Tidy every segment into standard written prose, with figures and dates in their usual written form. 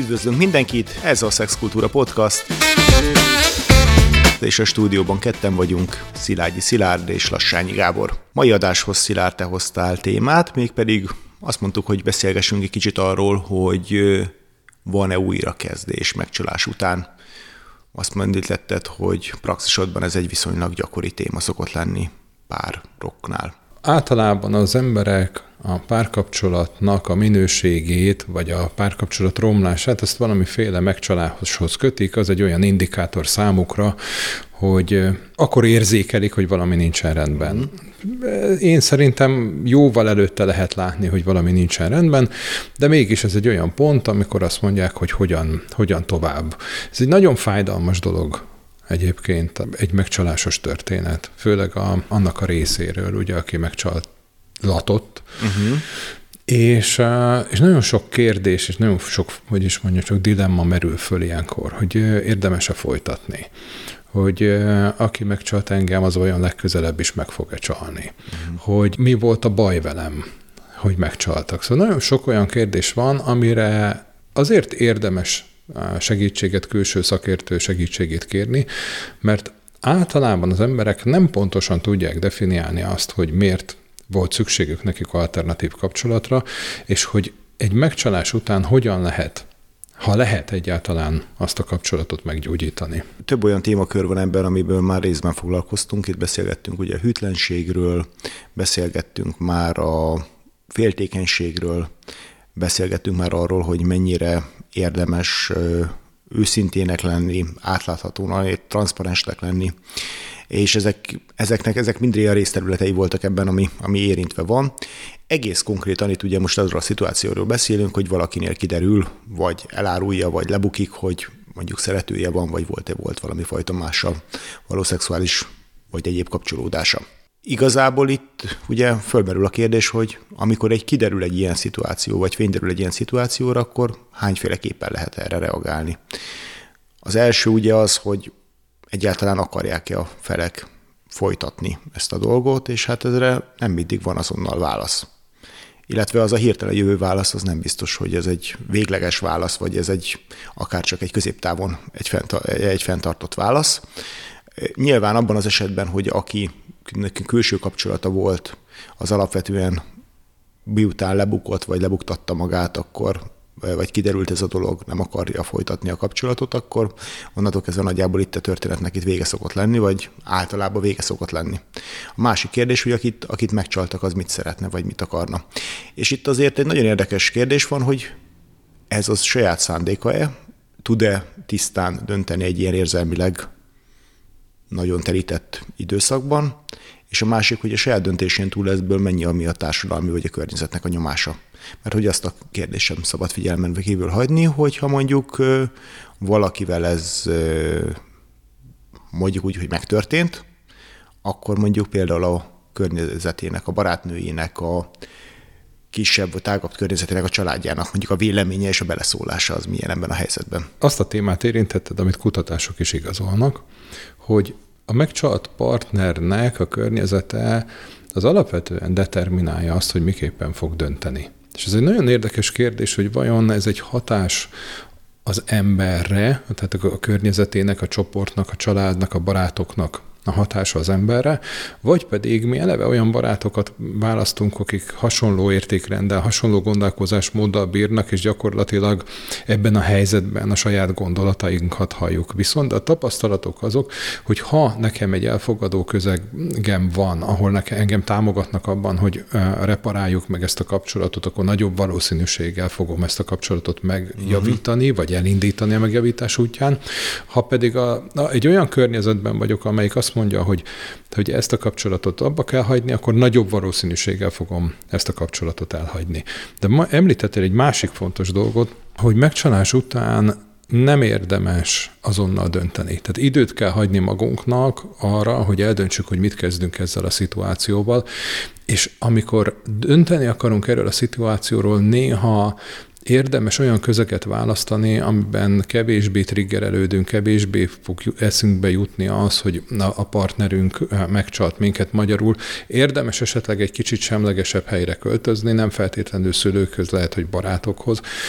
Üdvözlünk mindenkit, ez a Szexkultúra Podcast, és a stúdióban ketten vagyunk, Szilágyi Szilárd és Lassányi Gábor. Mai adáshoz, Szilárd, te hoztál témát, mégpedig azt mondtuk, hogy beszélgessünk egy kicsit arról, hogy van-e újrakezdés megcsalás után. Azt említetted, hogy praxisodban ez egy viszonylag gyakori téma szokott lenni pároknál. Általában az emberek a párkapcsolatnak a minőségét, vagy a párkapcsolat romlását, ezt valamiféle megcsaláshoz kötik, az egy olyan indikátor számukra, hogy akkor érzékelik, hogy valami nincsen rendben. Én szerintem jóval előtte lehet látni, hogy valami nincsen rendben, de mégis ez egy olyan pont, amikor azt mondják, hogy hogyan tovább. Ez egy nagyon fájdalmas dolog. Egyébként egy megcsalásos történet, főleg annak a részéről, ugye, aki megcsalatott. És nagyon sok kérdés, és nagyon sok, csak dilemma merül föl ilyenkor, hogy érdemes-e folytatni. Hogy aki megcsalt engem, az olyan legközelebb is meg fog-e csalni. Hogy mi volt a baj velem, hogy megcsaltak. Szóval nagyon sok olyan kérdés van, amire azért érdemes segítséget, külső szakértő segítségét kérni, mert általában az emberek nem pontosan tudják definiálni azt, hogy miért volt szükségük nekik alternatív kapcsolatra, és hogy egy megcsalás után hogyan lehet, ha lehet egyáltalán azt a kapcsolatot meggyógyítani. Több olyan témakör van ebben, amiből már részben foglalkoztunk. Itt beszélgettünk ugye a hűtlenségről, beszélgettünk már a féltékenységről, beszélgettünk már arról, hogy mennyire érdemes őszintének lenni, átláthatónak, transzparensnek lenni, és ezek mind olyan részterületei voltak ebben, ami érintve van. Egész konkrétan itt ugye most azról a szituációról beszélünk, hogy valakinél kiderül, vagy elárulja, vagy lebukik, hogy mondjuk szeretője van, vagy volt valami fajta mással való szexuális vagy egyéb kapcsolódása. Igazából itt ugye fölmerül a kérdés, hogy amikor kiderül egy ilyen szituáció, vagy fényderül egy ilyen szituációra, akkor hányféleképpen lehet erre reagálni. Az első ugye az, hogy egyáltalán akarják-e a felek folytatni ezt a dolgot, és hát ezre nem mindig van azonnal válasz. Illetve az a hirtelen jövő válasz, az nem biztos, hogy ez egy végleges válasz, vagy ez akár csak egy középtávon egy fenntartott válasz. Nyilván abban az esetben, hogy aki külső kapcsolata volt, az alapvetően miután lebukott, vagy lebuktatta magát, vagy kiderült ez a dolog, nem akarja folytatni a kapcsolatot, akkor onnantól kezdve nagyjából itt a történetnek itt vége szokott lenni, vagy általában vége szokott lenni. A másik kérdés, hogy akit megcsaltak, az mit szeretne, vagy mit akarna. És itt azért egy nagyon érdekes kérdés van, hogy ez az saját szándéka-e, tud-e tisztán dönteni egy ilyen érzelmileg nagyon telített időszakban, és a másik, hogy a saját döntésén túl ebből mennyi ami a társadalmi vagy a környezetnek a nyomása. Mert hogy azt a kérdést sem szabad figyelmen kívül hagyni, hogyha mondjuk valakivel ez mondjuk úgy, hogy megtörtént, akkor mondjuk például a környezetének, a barátnőjének, a kisebb vagy tágabb környezetének, a családjának mondjuk a véleménye és a beleszólása az milyen ebben a helyzetben. Azt a témát érintetted, amit kutatások is igazolnak, hogy a megcsalt partnernek a környezete az alapvetően determinálja azt, hogy miképpen fog dönteni. És ez egy nagyon érdekes kérdés, hogy vajon ez egy hatás az emberre, tehát a környezetének, a csoportnak, a családnak, a barátoknak a hatása az emberre, vagy pedig mi eleve olyan barátokat választunk, akik hasonló értékrenddel, hasonló gondolkozásmóddal bírnak, és gyakorlatilag ebben a helyzetben a saját gondolatainkat halljuk. Viszont a tapasztalatok azok, hogy ha nekem egy elfogadó közegem van, ahol engem támogatnak abban, hogy reparáljuk meg ezt a kapcsolatot, akkor nagyobb valószínűséggel fogom ezt a kapcsolatot megjavítani, vagy elindítani a megjavítás útján. Ha pedig egy olyan környezetben vagyok, amelyik azt mondja, hogy ezt a kapcsolatot abba kell hagyni, akkor nagyobb valószínűséggel fogom ezt a kapcsolatot elhagyni. De ma említettél egy másik fontos dolgot, hogy megcsalás után nem érdemes azonnal dönteni. Tehát időt kell hagyni magunknak arra, hogy eldöntsük, hogy mit kezdünk ezzel a szituációval, és amikor dönteni akarunk erről a szituációról, néha érdemes olyan közeget választani, amiben kevésbé triggerelődünk, kevésbé fog eszünkbe jutni az, hogy a partnerünk megcsalt minket, magyarul. Érdemes esetleg egy kicsit semlegesebb helyre költözni, nem feltétlenül szülőkhöz, lehet, hogy barátokhoz,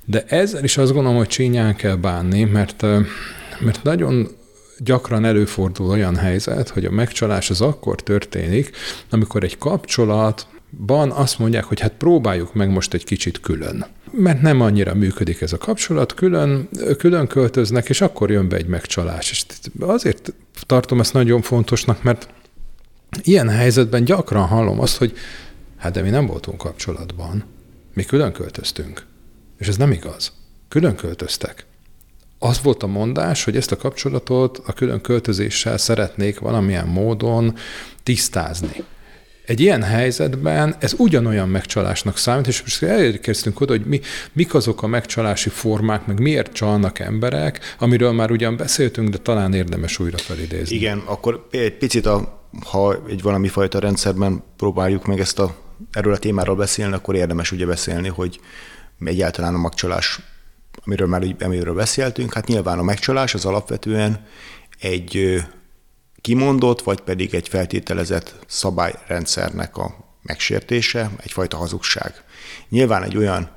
De ezzel is azt gondolom, hogy csínyán kell bánni, mert nagyon gyakran előfordul olyan helyzet, hogy a megcsalás az akkor történik, amikor egy kapcsolatban azt mondják, hogy hát próbáljuk meg most egy kicsit külön. Mert nem annyira működik ez a kapcsolat, külön költöznek, és akkor jön be egy megcsalás. És azért tartom ezt nagyon fontosnak, mert ilyen helyzetben gyakran hallom azt, hogy hát de mi nem voltunk kapcsolatban, mi külön költöztünk. És ez nem igaz. Külön költöztek. Az volt a mondás, hogy ezt a kapcsolatot a külön költözéssel szeretnék valamilyen módon tisztázni. Egy ilyen helyzetben ez ugyanolyan megcsalásnak számít, és most elérkeztünk oda, hogy mik azok a megcsalási formák, meg miért csalnak emberek, amiről már ugyan beszéltünk, de talán érdemes újra felidézni. Igen, akkor egy picit, ha egy valami fajta rendszerben próbáljuk meg erről a témáról beszélni, akkor érdemes ugye beszélni, hogy egyáltalán a megcsalás, amiről beszéltünk, hát nyilván a megcsalás az alapvetően egy kimondott, vagy pedig egy feltételezett szabályrendszernek a megsértése, egyfajta hazugság. Nyilván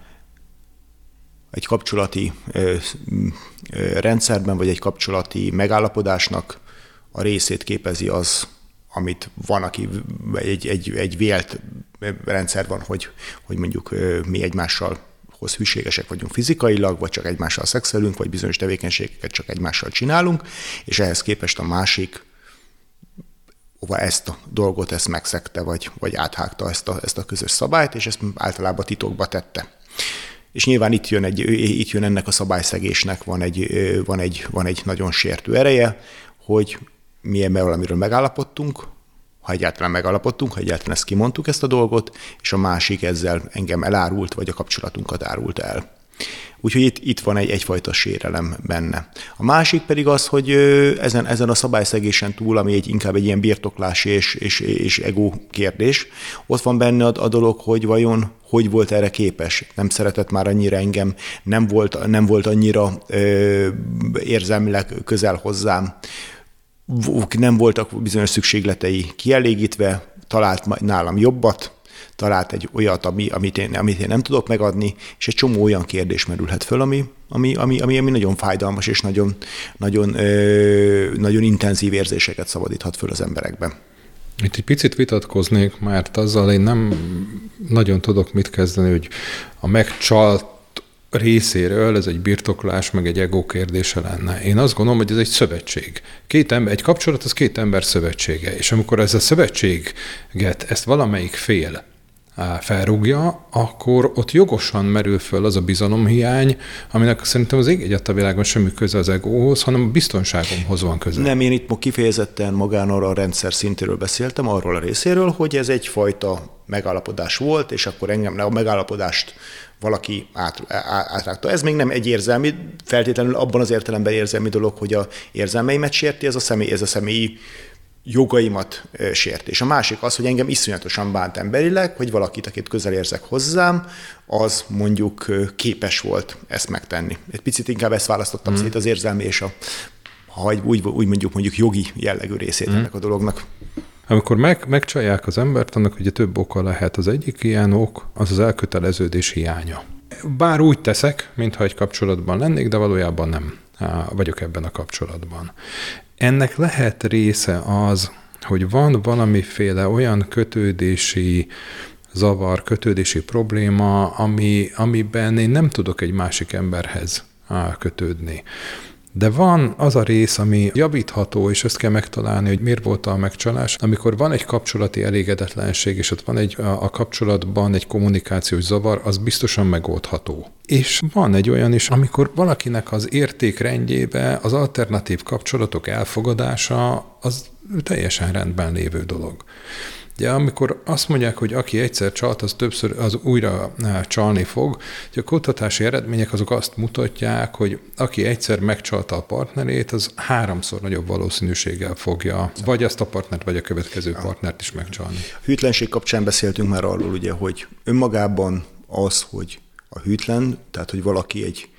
egy kapcsolati rendszerben, vagy egy kapcsolati megállapodásnak a részét képezi az, amit van, aki egy vélt rendszer van, hogy mondjuk mi egymással hűségesek vagyunk fizikailag, vagy csak egymással szexelünk, vagy bizonyos tevékenységeket csak egymással csinálunk, és ehhez képest a másik ezt a dolgot megszegte, vagy áthágta ezt a közös szabályt, és ezt általában titokba tette. És nyilván itt jön ennek a szabályszegésnek van egy nagyon sértő ereje, hogy mi valamiről megállapodtunk, ha egyáltalán ezt kimondtuk ezt a dolgot, és a másik ezzel engem elárult, vagy a kapcsolatunkat árult el. Úgyhogy itt van egyfajta sérelem benne. A másik pedig az, hogy ezen a szabályszegésen túl, ami inkább egy ilyen birtoklási és ego kérdés, ott van benne a dolog, hogy vajon hogy volt erre képes. Nem szeretett már annyira engem, nem volt annyira érzelmileg közel hozzám, nem voltak bizonyos szükségletei kielégítve, talált nálam jobbat, talált egy olyat, amit én nem tudok megadni, és egy csomó olyan kérdés merülhet föl, ami nagyon fájdalmas, és nagyon intenzív érzéseket szabadíthat föl az emberekben. Itt egy picit vitatkoznék, mert azzal én nem nagyon tudok mit kezdeni, hogy a megcsalt részéről ez egy birtoklás, meg egy ego kérdése lenne. Én azt gondolom, hogy ez egy szövetség. Egy kapcsolat az két ember szövetsége, és amikor ez a szövetséget, ezt valamelyik fél felrúgja, akkor ott jogosan merül föl az a bizalomhiány, aminek szerintem az ég egyet a világon semmi köze az egóhoz, hanem a biztonságomhoz van köze. Nem, én itt kifejezetten magáról a rendszer szintéről beszéltem, arról a részéről, hogy ez egyfajta megállapodás volt, és akkor engem a megállapodást valaki átrágta. Ez még nem egy érzelmi, feltétlenül abban az értelemben érzelmi dolog, hogy a érzelmeimet sérti, ez a személyi jogaimat sérti. És a másik az, hogy engem iszonyatosan bánt emberileg, hogy valakit, akit közel érzek hozzám, az mondjuk képes volt ezt megtenni. Egy picit inkább ezt választottam szét az érzelmi és ha úgy mondjuk jogi jellegű részét ennek a dolognak. Amikor megcsalják az embert, annak ugye több oka lehet. Az egyik ilyen ok, az elköteleződés hiánya. Bár úgy teszek, mintha egy kapcsolatban lennék, de valójában nem vagyok ebben a kapcsolatban. Ennek lehet része az, hogy van valamiféle olyan kötődési zavar, kötődési probléma, amiben én nem tudok egy másik emberhez kötődni. De van az a rész, ami javítható, és ezt kell megtalálni, hogy miért volt a megcsalás. Amikor van egy kapcsolati elégedetlenség, és ott van a kapcsolatban egy kommunikációs zavar, az biztosan megoldható. És van egy olyan is, amikor valakinek az értékrendjébe az alternatív kapcsolatok elfogadása, az teljesen rendben lévő dolog. Ugye, amikor azt mondják, hogy aki egyszer csalt, az többször az újra csalni fog, hogy a kutatási eredmények azok azt mutatják, hogy aki egyszer megcsalta a partnerét, az 3-szor nagyobb valószínűséggel fogja vagy azt a partnert, vagy a következő partnert is megcsalni. A hűtlenség kapcsán beszéltünk már arról, ugye, hogy önmagában az, hogy a hűtlen, tehát hogy valaki egy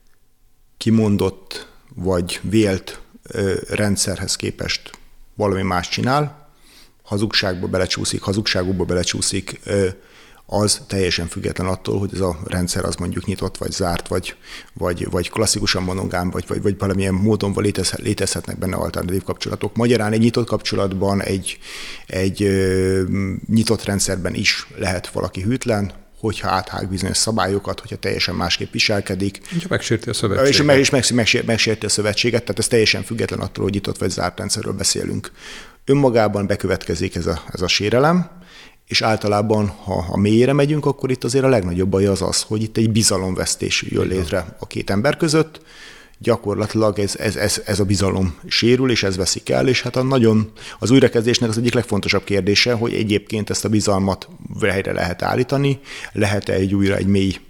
kimondott vagy vélt rendszerhez képest valami más csinál, hazugságokba belecsúszik, az teljesen független attól, hogy ez a rendszer az mondjuk nyitott, vagy zárt, vagy klasszikusan monogám, vagy valamilyen módon létezhetnek benne alternatív kapcsolatok. Magyarán egy nyitott kapcsolatban, egy nyitott rendszerben is lehet valaki hűtlen, hogyha áthág bizonyos szabályokat, hogyha teljesen másképp viselkedik. Ha megsérti a szövetséget. És megsérti a szövetséget, tehát ez teljesen független attól, hogy nyitott vagy zárt rendszerről beszélünk. Önmagában bekövetkezik ez a sérelem, és általában, ha mélyére megyünk, akkor itt azért a legnagyobb baj az, hogy itt egy bizalomvesztés jön létre a két ember között. Gyakorlatilag ez a bizalom sérül, és ez veszik el, és hát az újrakezdésnek az egyik legfontosabb kérdése, hogy egyébként ezt a bizalmat helyre lehet állítani, lehet-e egy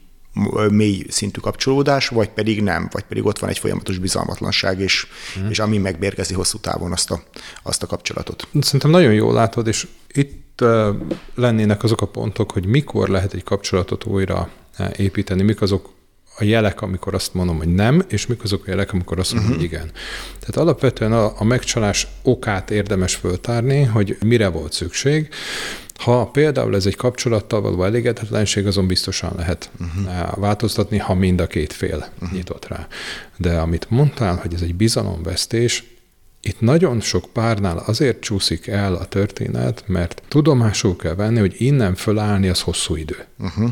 mély szintű kapcsolódás, vagy pedig nem, vagy pedig ott van egy folyamatos bizalmatlanság, és ami megbérgezi hosszú távon azt a kapcsolatot. Szerintem nagyon jól látod, és itt lennének azok a pontok, hogy mikor lehet egy kapcsolatot újra építeni, mik azok a jelek, amikor azt mondom, hogy nem, és mik azok a jelek, amikor azt mondom, hogy igen. Tehát alapvetően a megcsalás okát érdemes föltárni, hogy mire volt szükség. Ha például ez egy kapcsolattal való elégedetlenség, azon biztosan lehet változtatni, ha mind a két fél nyitott rá. De amit mondtál, hogy ez egy bizalomvesztés, itt nagyon sok párnál azért csúszik el a történet, mert tudomásul kell venni, hogy innen fölállni az hosszú idő.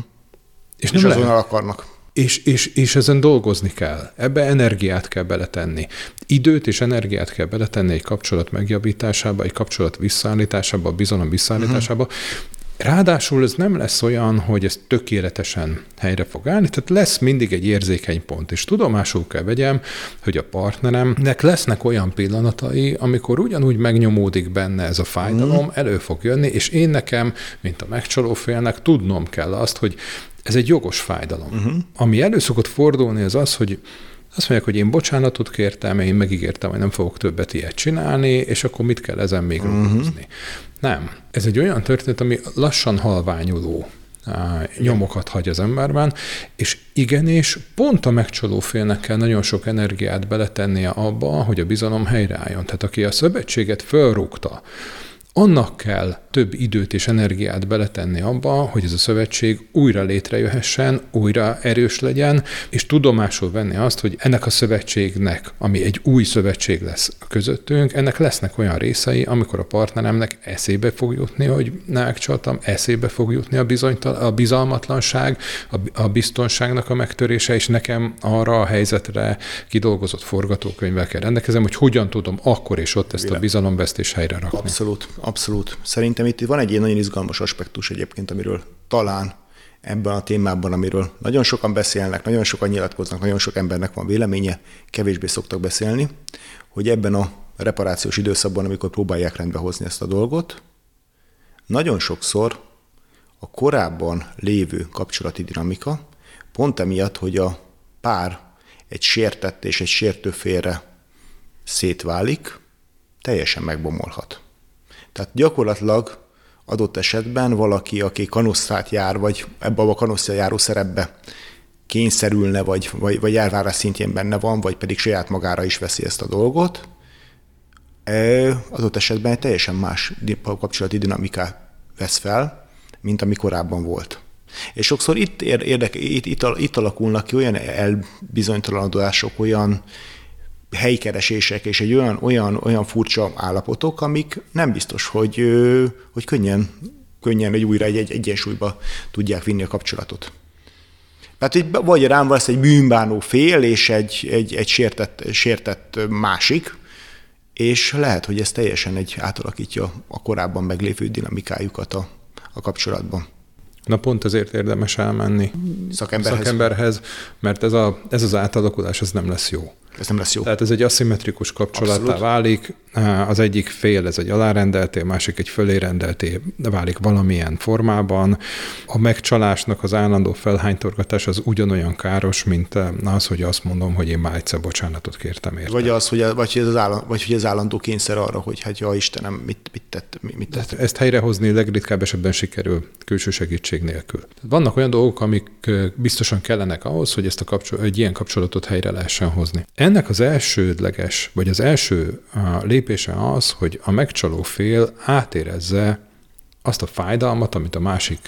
És nem azonnal akarnak. És ezen dolgozni kell. Ebbe energiát kell beletenni. Időt és energiát kell beletenni egy kapcsolat megjavításába, egy kapcsolat visszaállításába, a bizalom visszaállításába. Ráadásul ez nem lesz olyan, hogy ez tökéletesen helyre fog állni, tehát lesz mindig egy érzékeny pont, és tudomásul kell vegyem, hogy a partneremnek lesznek olyan pillanatai, amikor ugyanúgy megnyomódik benne ez a fájdalom, elő fog jönni, és én nekem, mint a megcsaló félnek, tudnom kell azt, hogy ez egy jogos fájdalom. Ami elő szokott fordulni, az, hogy azt mondják, hogy én bocsánatot kértem, én megígértem, hogy nem fogok többet ilyet csinálni, és akkor mit kell ezen még dolgozni. Nem. Ez egy olyan történet, ami lassan halványuló nyomokat hagy az emberben, és igenis pont a megcsaló félnek kell nagyon sok energiát beletennie abba, hogy a bizalom helyreálljon. Tehát aki a szövetséget fölrúgta, annak kell több időt és energiát beletenni abba, hogy ez a szövetség újra létrejöhessen, újra erős legyen, és tudomásul venni azt, hogy ennek a szövetségnek, ami egy új szövetség lesz közöttünk, ennek lesznek olyan részei, amikor a partneremnek eszébe fog jutni, hogy megcsaltam, eszébe fog jutni a bizalmatlanság, a biztonságnak a megtörése, és nekem arra a helyzetre kidolgozott forgatókönyvvel kell rendelkezem, hogy hogyan tudom akkor és ott ezt a bizalomvesztést helyre rakni. Abszolút. Szerintem itt van egy ilyen nagyon izgalmas aspektus egyébként, amiről talán ebben a témában, amiről nagyon sokan beszélnek, nagyon sokan nyilatkoznak, nagyon sok embernek van véleménye, kevésbé szoktak beszélni, hogy ebben a reparációs időszakban, amikor próbálják rendbe hozni ezt a dolgot, nagyon sokszor a korábban lévő kapcsolati dinamika pont emiatt, hogy a pár egy sértett és egy sértő félre szétválik, teljesen megbomolhat. Tehát gyakorlatilag adott esetben valaki, aki kanosszát jár, vagy ebbe a kanosszá járó szerepbe kényszerülne, vagy elvárás szintjén benne van, vagy pedig saját magára is veszi ezt a dolgot, adott esetben egy teljesen más kapcsolati dinamikát vesz fel, mint ami korábban volt. És sokszor itt alakulnak ki olyan elbizonytalanodások, olyan helykeresések és egy olyan furcsa állapotok, amik nem biztos, hogy könnyen újra egy egyensúlyba tudják vinni a kapcsolatot. Tehát vagy rám lesz egy bűnbánó fél és egy sértett másik, és lehet, hogy ez teljesen átalakítja a korábban meglévő dinamikájukat a kapcsolatban. Na pont ezért érdemes elmenni szakemberhez, mert ez az átalakulás ez nem lesz jó. Ez nem lesz jó. Tehát ez egy aszimmetrikus kapcsolattá válik, az egyik fél ez egy alárendelté, a másik egy fölérendelté válik valamilyen formában. A megcsalásnak az állandó felhánytorgatás az ugyanolyan káros, mint az, hogy azt mondom, hogy én már egyszer bocsánatot kértem érte. Vagy az állandó kényszer arra, hogy hát ja Istenem, mit tett. Ezt helyrehozni legritkább esetben sikerül külső segítség nélkül. Vannak olyan dolgok, amik biztosan kellenek ahhoz, hogy ezt egy ilyen kapcsolatot helyre lehessen hozni. Ennek az elsődleges, vagy az első lépése az, hogy a megcsaló fél átérezze azt a fájdalmat, amit a másik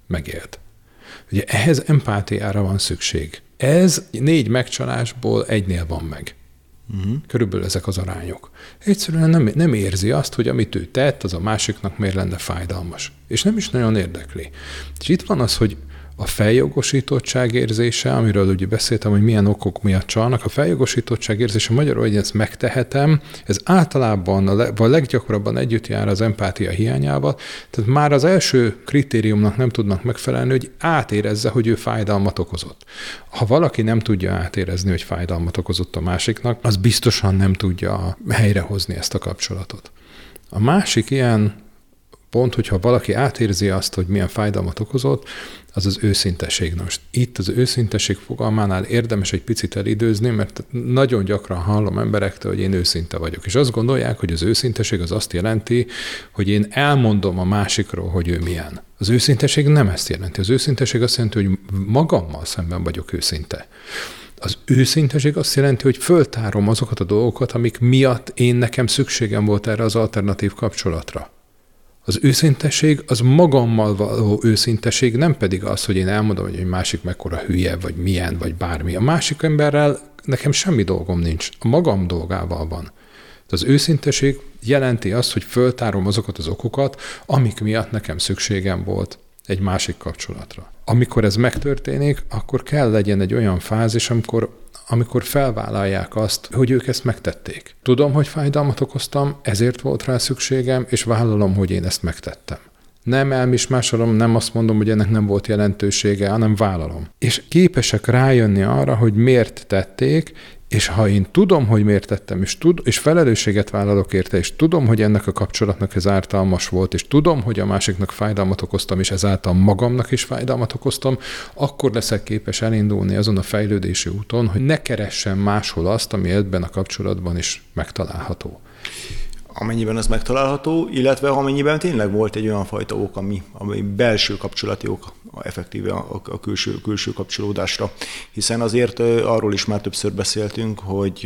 megélt. Ugye ehhez empátiára van szükség. Ez 4 megcsalásból 1-nél van meg. Körülbelül ezek az arányok. Egyszerűen nem érzi azt, hogy amit ő tett, az a másiknak miért lenne fájdalmas. És nem is nagyon érdekli. És itt van az, hogy a feljogosítottság érzése, amiről ugye beszéltem, hogy milyen okok miatt csalnak, a feljogosítottság érzése magyarul, hogy ezt megtehetem, ez általában, vagy leggyakrabban együtt jár az empátia hiányával, tehát már az első kritériumnak nem tudnak megfelelni, hogy átérezze, hogy ő fájdalmat okozott. Ha valaki nem tudja átérezni, hogy fájdalmat okozott a másiknak, az biztosan nem tudja helyrehozni ezt a kapcsolatot. A másik ilyen pont, hogyha valaki átérzi azt, hogy milyen fájdalmat okozott, az az őszinteség. Most itt az őszinteség fogalmánál érdemes egy picit elidőzni, mert nagyon gyakran hallom emberektől, hogy én őszinte vagyok. És azt gondolják, hogy az őszinteség az azt jelenti, hogy én elmondom a másikról, hogy ő milyen. Az őszinteség nem ezt jelenti. Az őszinteség azt jelenti, hogy magammal szemben vagyok őszinte. Az őszinteség azt jelenti, hogy föltárom azokat a dolgokat, amik miatt nekem szükségem volt erre az alternatív kapcsolatra. Az őszinteség az magammal való őszinteség, nem pedig az, hogy én elmondom, hogy egy másik mekkora hülye, vagy milyen, vagy bármi. A másik emberrel nekem semmi dolgom nincs, a magam dolgával van. Az őszinteség jelenti azt, hogy föltárom azokat az okokat, amik miatt nekem szükségem volt egy másik kapcsolatra. Amikor ez megtörténik, akkor kell legyen egy olyan fázis, amikor felvállalják azt, hogy ők ezt megtették. Tudom, hogy fájdalmat okoztam, ezért volt rá szükségem, és vállalom, hogy én ezt megtettem. Nem elmismásolom, nem azt mondom, hogy ennek nem volt jelentősége, hanem vállalom. És képesek rájönni arra, hogy miért tették, és ha én tudom, hogy miért tettem, és felelősséget vállalok érte, és tudom, hogy ennek a kapcsolatnak ez ártalmas volt, és tudom, hogy a másiknak fájdalmat okoztam, és ezáltal magamnak is fájdalmat okoztam, akkor leszek képes elindulni azon a fejlődési úton, hogy ne keressem máshol azt, ami ebben a kapcsolatban is megtalálható. Amennyiben az megtalálható, illetve amennyiben tényleg volt egy olyan fajta ok, ami belső kapcsolati ok, effektíve a külső kapcsolódásra. Hiszen azért arról is már többször beszéltünk,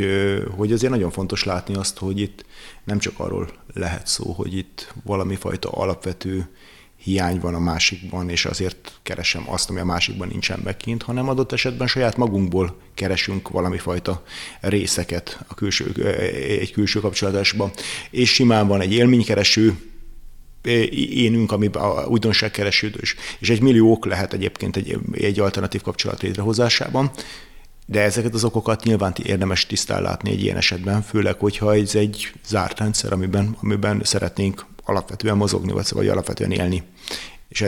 hogy azért nagyon fontos látni azt, hogy itt nem csak arról lehet szó, hogy itt valami fajta alapvető hiány van a másikban, és azért keresem azt, ami a másikban nincsen megkint, hanem adott esetben saját magunkból keresünk valami fajta részeket egy külső kapcsolatásban. És simán van egy élménykereső énünk, ami újdonságkeresődős, és egy millió ok lehet egyébként egy alternatív kapcsolat létrehozásában, de ezeket az okokat nyilván érdemes tisztán látni egy ilyen esetben, főleg, hogyha ez egy zárt rendszer, amiben szeretnénk alapvetően mozogni, vagy alapvetően élni. És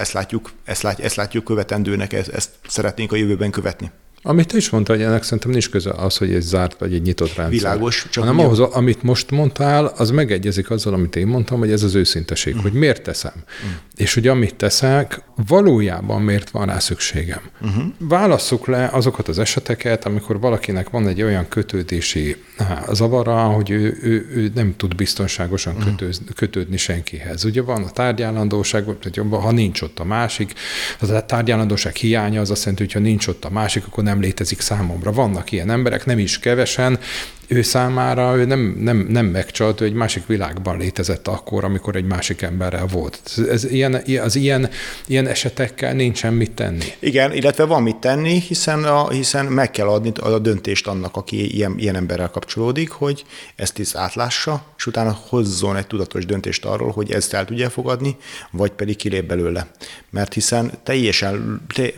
ezt látjuk követendőnek, ezt szeretnénk a jövőben követni. Amit te is mondtál, hogy ennek szerintem nincs köze az, hogy egy zárt vagy egy nyitott rendszer. Világos. Csak hanem ahhoz, amit most mondtál, az megegyezik azzal, amit én mondtam, hogy ez az őszinteség, hogy miért teszem. És hogy amit teszek, valójában miért van rá szükségem. Válasszuk le azokat az eseteket, amikor valakinek van egy olyan kötődési zavara, hogy ő nem tud biztonságosan kötődni senkihez. Ugye van a tárgyállandóság, hogy ha nincs ott a másik, az a tárgyállandóság hiánya az azt jelenti, hogy ha nincs ott a másik, akkor nem létezik számomra. Vannak ilyen emberek, nem is kevesen, ő számára ő nem megcsalt, ő egy másik világban létezett akkor, amikor egy másik emberrel volt. Az ilyen esetekkel nincsen mit tenni. Igen, illetve van mit tenni, hiszen meg kell adni a döntést annak, aki ilyen emberrel kapcsolódik, hogy ezt is átlássa, és utána hozzon egy tudatos döntést arról, hogy ezt el tudja fogadni, vagy pedig kilép belőle. Mert hiszen teljesen...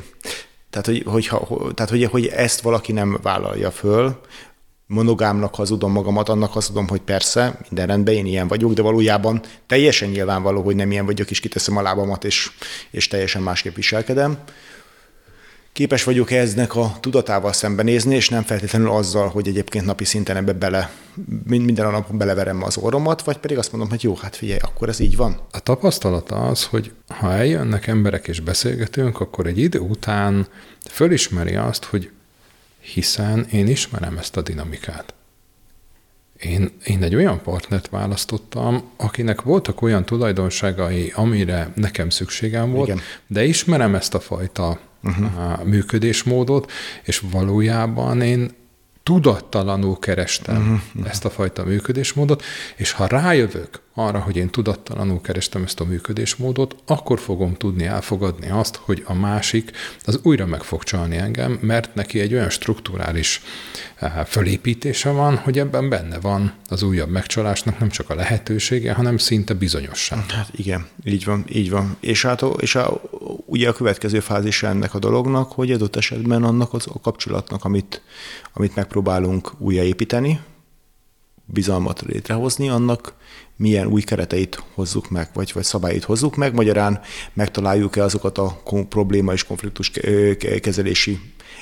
Tehát, hogy ezt valaki nem vállalja föl, monogámnak hazudom magamat, annak hazudom, hogy persze, minden rendben, én ilyen vagyok, de valójában teljesen nyilvánvaló, hogy nem ilyen vagyok, és kiteszem a lábamat, és teljesen másképp viselkedem. Képes vagyok eznek a tudatával szembenézni, és nem feltétlenül azzal, hogy egyébként napi szinten ebbe minden nap beleverem az orromat, vagy pedig azt mondom, hogy jó, hát figyelj, akkor ez így van. A tapasztalat az, hogy ha eljönnek emberek és beszélgetünk, akkor egy idő után fölismeri azt, hogy hiszen én ismerem ezt a dinamikát. Én egy olyan partnert választottam, akinek voltak olyan tulajdonságai, amire nekem szükségem volt, igen, de ismerem ezt a fajta működésmódot, és valójában én tudattalanul kerestem ezt a fajta működésmódot, és ha rájövök, arra, hogy én tudattalanul kerestem ezt a működésmódot, akkor fogom tudni elfogadni azt, hogy a másik az újra meg fog csalni engem, mert neki egy olyan strukturális fölépítése van, hogy ebben benne van az újabb megcsalásnak nem csak a lehetősége, hanem szinte bizonyosság. Hát igen, így van. És ugye a következő fázis ennek a dolognak, hogy adott esetben annak a kapcsolatnak, amit megpróbálunk újjáépíteni, bizalmat létrehozni, annak milyen új kereteit hozzuk meg, vagy szabályait hozzuk meg, magyarán megtaláljuk-e azokat a probléma és konfliktus kezelési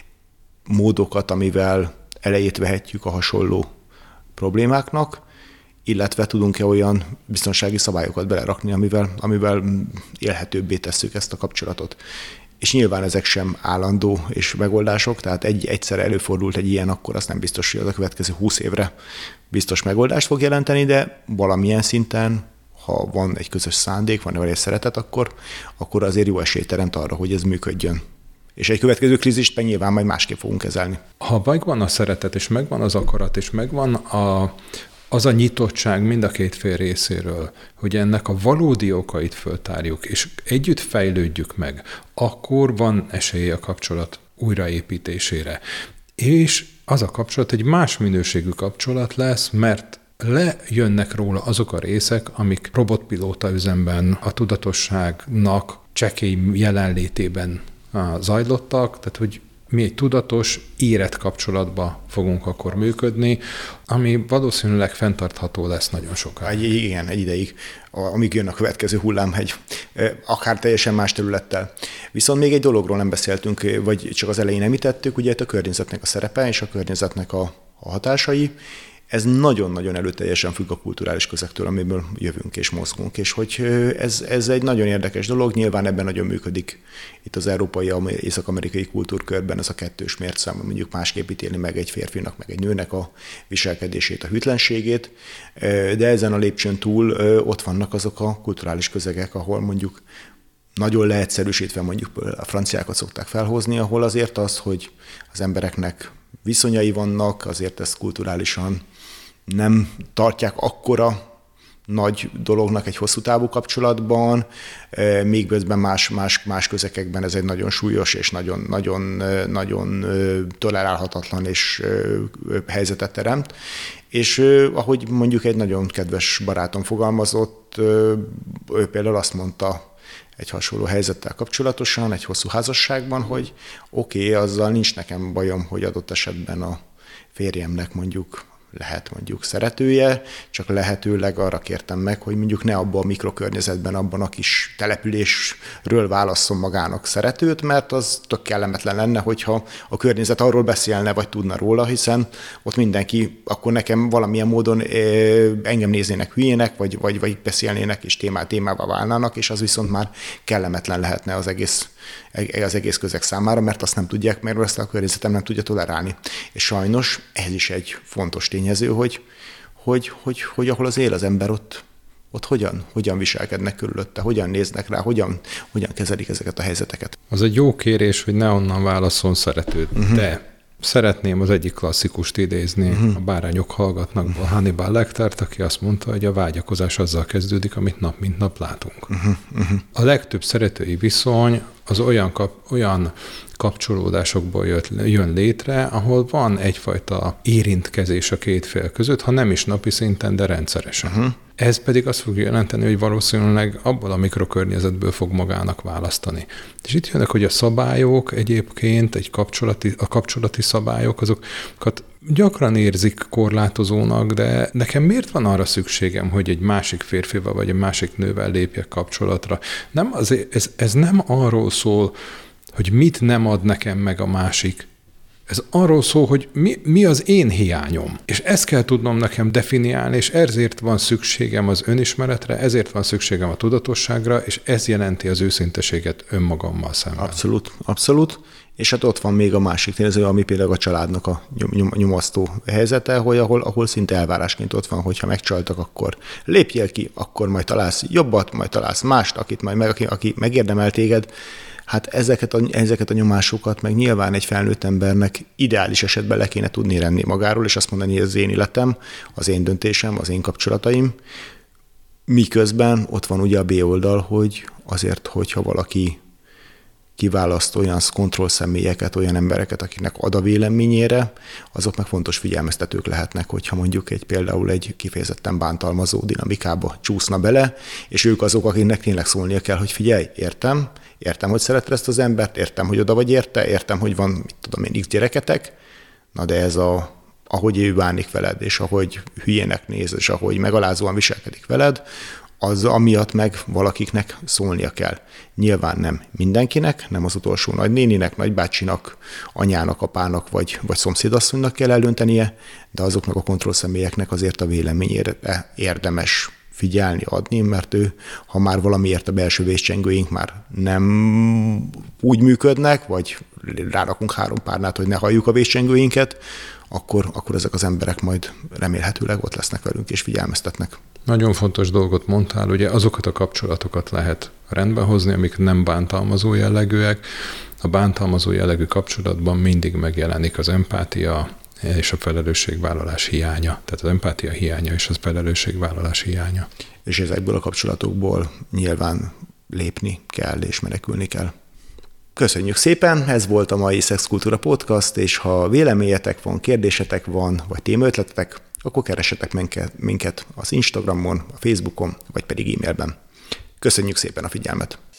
módokat, amivel elejét vehetjük a hasonló problémáknak, illetve tudunk-e olyan biztonsági szabályokat belerakni, amivel élhetőbbé tesszük ezt a kapcsolatot. És nyilván ezek sem állandó és megoldások, tehát egyszer előfordult egy ilyen, akkor azt nem biztos, hogy az a következő 20 évre biztos megoldást fog jelenteni, de valamilyen szinten, ha van egy közös szándék, van egy szeretet, akkor azért jó esélyt teremt arra, hogy ez működjön. És egy következő krízist nyilván majd másképp fogunk kezelni. Ha megvan a szeretet, és megvan az akarat, és megvan az a nyitottság mind a két fél részéről, hogy ennek a valódi okait föltárjuk, és együtt fejlődjük meg, akkor van esélye a kapcsolat újraépítésére. És az a kapcsolat egy más minőségű kapcsolat lesz, mert lejönnek róla azok a részek, amik robotpilóta üzemben a tudatosságnak csekély jelenlétében zajlottak, tehát hogy mi egy tudatos, érett kapcsolatba fogunk akkor működni, ami valószínűleg fenntartható lesz nagyon sokáig. Igen, egy ideig, amíg jön a következő hullámhegy, akár teljesen más területtel. Viszont még egy dologról nem beszéltünk, vagy csak az elején említettük, ugye a környezetnek a szerepe és a környezetnek a hatásai. Ez nagyon-nagyon előteljesen függ a kulturális közegtől, amiből jövünk és mozgunk. És hogy ez egy nagyon érdekes dolog, nyilván ebben nagyon működik itt az európai, észak-amerikai kultúrkörben ez a kettős mércszám, mondjuk másképp ítélni meg egy férfinak, meg egy nőnek a viselkedését, a hűtlenségét, de ezen a lépcsőn túl ott vannak azok a kulturális közegek, ahol mondjuk nagyon leegyszerűsítve mondjuk a franciákat szokták felhozni, ahol azért az, hogy az embereknek viszonyai vannak, azért ezt kulturálisan nem tartják akkora nagy dolognak egy hosszú távú kapcsolatban, még közben más közegekben ez egy nagyon súlyos és nagyon tolerálhatatlan és helyzetet teremt. És ahogy mondjuk egy nagyon kedves barátom fogalmazott, ő például azt mondta, egy hasonló helyzettel kapcsolatosan, egy hosszú házasságban, hogy oké, azzal nincs nekem bajom, hogy adott esetben a férjemnek mondjuk lehet mondjuk szeretője, csak lehetőleg arra kértem meg, hogy mondjuk ne abban a mikrokörnyezetben, abban a kis településről válasszon magának szeretőt, mert az tök kellemetlen lenne, hogyha a környezet arról beszélne, vagy tudna róla, hiszen ott mindenki akkor nekem valamilyen módon engem néznének hülyének, vagy beszélnének, és témává válnának, és az viszont már kellemetlen lehetne az egész közeg számára, mert azt nem tudják, mert azt a környezetem nem tudja tolerálni. És sajnos ez is egy fontos tényező, hogy ahol az él az ember, ott hogyan viselkednek körülötte, hogyan néznek rá, hogyan kezelik ezeket a helyzeteket. Az egy jó kérés, hogy ne onnan válaszol szeretőd, de szeretném az egyik klasszikust idézni, a Bárányok hallgatnak, a Hannibal Lectert, aki azt mondta, hogy a vágyakozás azzal kezdődik, amit nap mint nap látunk. A legtöbb szeretői viszony az olyan kapcsolódásokból jön létre, ahol van egyfajta érintkezés a két fél között, ha nem is napi szinten, de rendszeresen. Ez pedig azt fogja jelenteni, hogy valószínűleg abból a mikrokörnyezetből fog magának választani. És itt jönnek, hogy a szabályok egyébként, a kapcsolati szabályok, azokat gyakran érzik korlátozónak, de nekem miért van arra szükségem, hogy egy másik férfival vagy egy másik nővel lépjek kapcsolatra? Ez nem arról szól, hogy mit nem ad nekem meg a másik. Ez arról szól, hogy mi az én hiányom. És ezt kell tudnom nekem definiálni, és ezért van szükségem az önismeretre, ezért van szükségem a tudatosságra, és ez jelenti az őszinteséget önmagammal szemben. Abszolút. És hát ott van még a másik tényező, ami például a családnak a nyomasztó helyzete, hogy ahol szinte elvárásként ott van, hogyha megcsaltak, akkor lépjél ki, akkor majd találsz jobbat, majd találsz mást, aki megérdemel téged. Hát ezeket a nyomásokat meg nyilván egy felnőtt embernek ideális esetben le kéne tudni renni magáról, és azt mondani, hogy ez az én életem, az én döntésem, az én kapcsolataim. Miközben ott van ugye a B oldal, hogy azért, hogyha valaki kiválaszt olyan kontrollszemélyeket, olyan embereket, akiknek ad a véleményére, azok meg fontos figyelmeztetők lehetnek, hogyha mondjuk például egy kifejezetten bántalmazó dinamikába csúszna bele, és ők azok, akiknek tényleg szólnia kell, hogy figyelj, értem, hogy szereted ezt az embert, értem, hogy oda vagy érte, értem, hogy van, mit tudom én, X gyereketek, na de ez ahogy ő bánik veled, és ahogy hülyének néz, és ahogy megalázóan viselkedik veled, az amiatt meg valakiknek szólnia kell. Nyilván nem mindenkinek, nem az utolsó nagynéninek, nagybácsinak, anyának, apának vagy szomszédasszonynak kell eldöntenie, de azoknak a kontrollszemélyeknek azért a véleményére érdemes figyelni, adni, mert ő, ha már valamiért a belső vészcsengőink már nem úgy működnek, vagy rárakunk 3 párnát, hogy ne halljuk a vészcsengőinket, akkor ezek az emberek majd remélhetőleg ott lesznek velünk és figyelmeztetnek. Nagyon fontos dolgot mondtál, ugye azokat a kapcsolatokat lehet rendbe hozni, amik nem bántalmazó jellegűek. A bántalmazó jellegű kapcsolatban mindig megjelenik az empátia és a felelősségvállalás hiánya. Tehát az empátia hiánya és az felelősségvállalás hiánya. És ezekből a kapcsolatokból nyilván lépni kell és menekülni kell. Köszönjük szépen, ez volt a mai Szexkultúra Podcast, és ha véleményetek van, kérdésetek van, vagy témaötletetek, akkor keressetek minket az Instagramon, a Facebookon, vagy pedig e-mailben. Köszönjük szépen a figyelmet!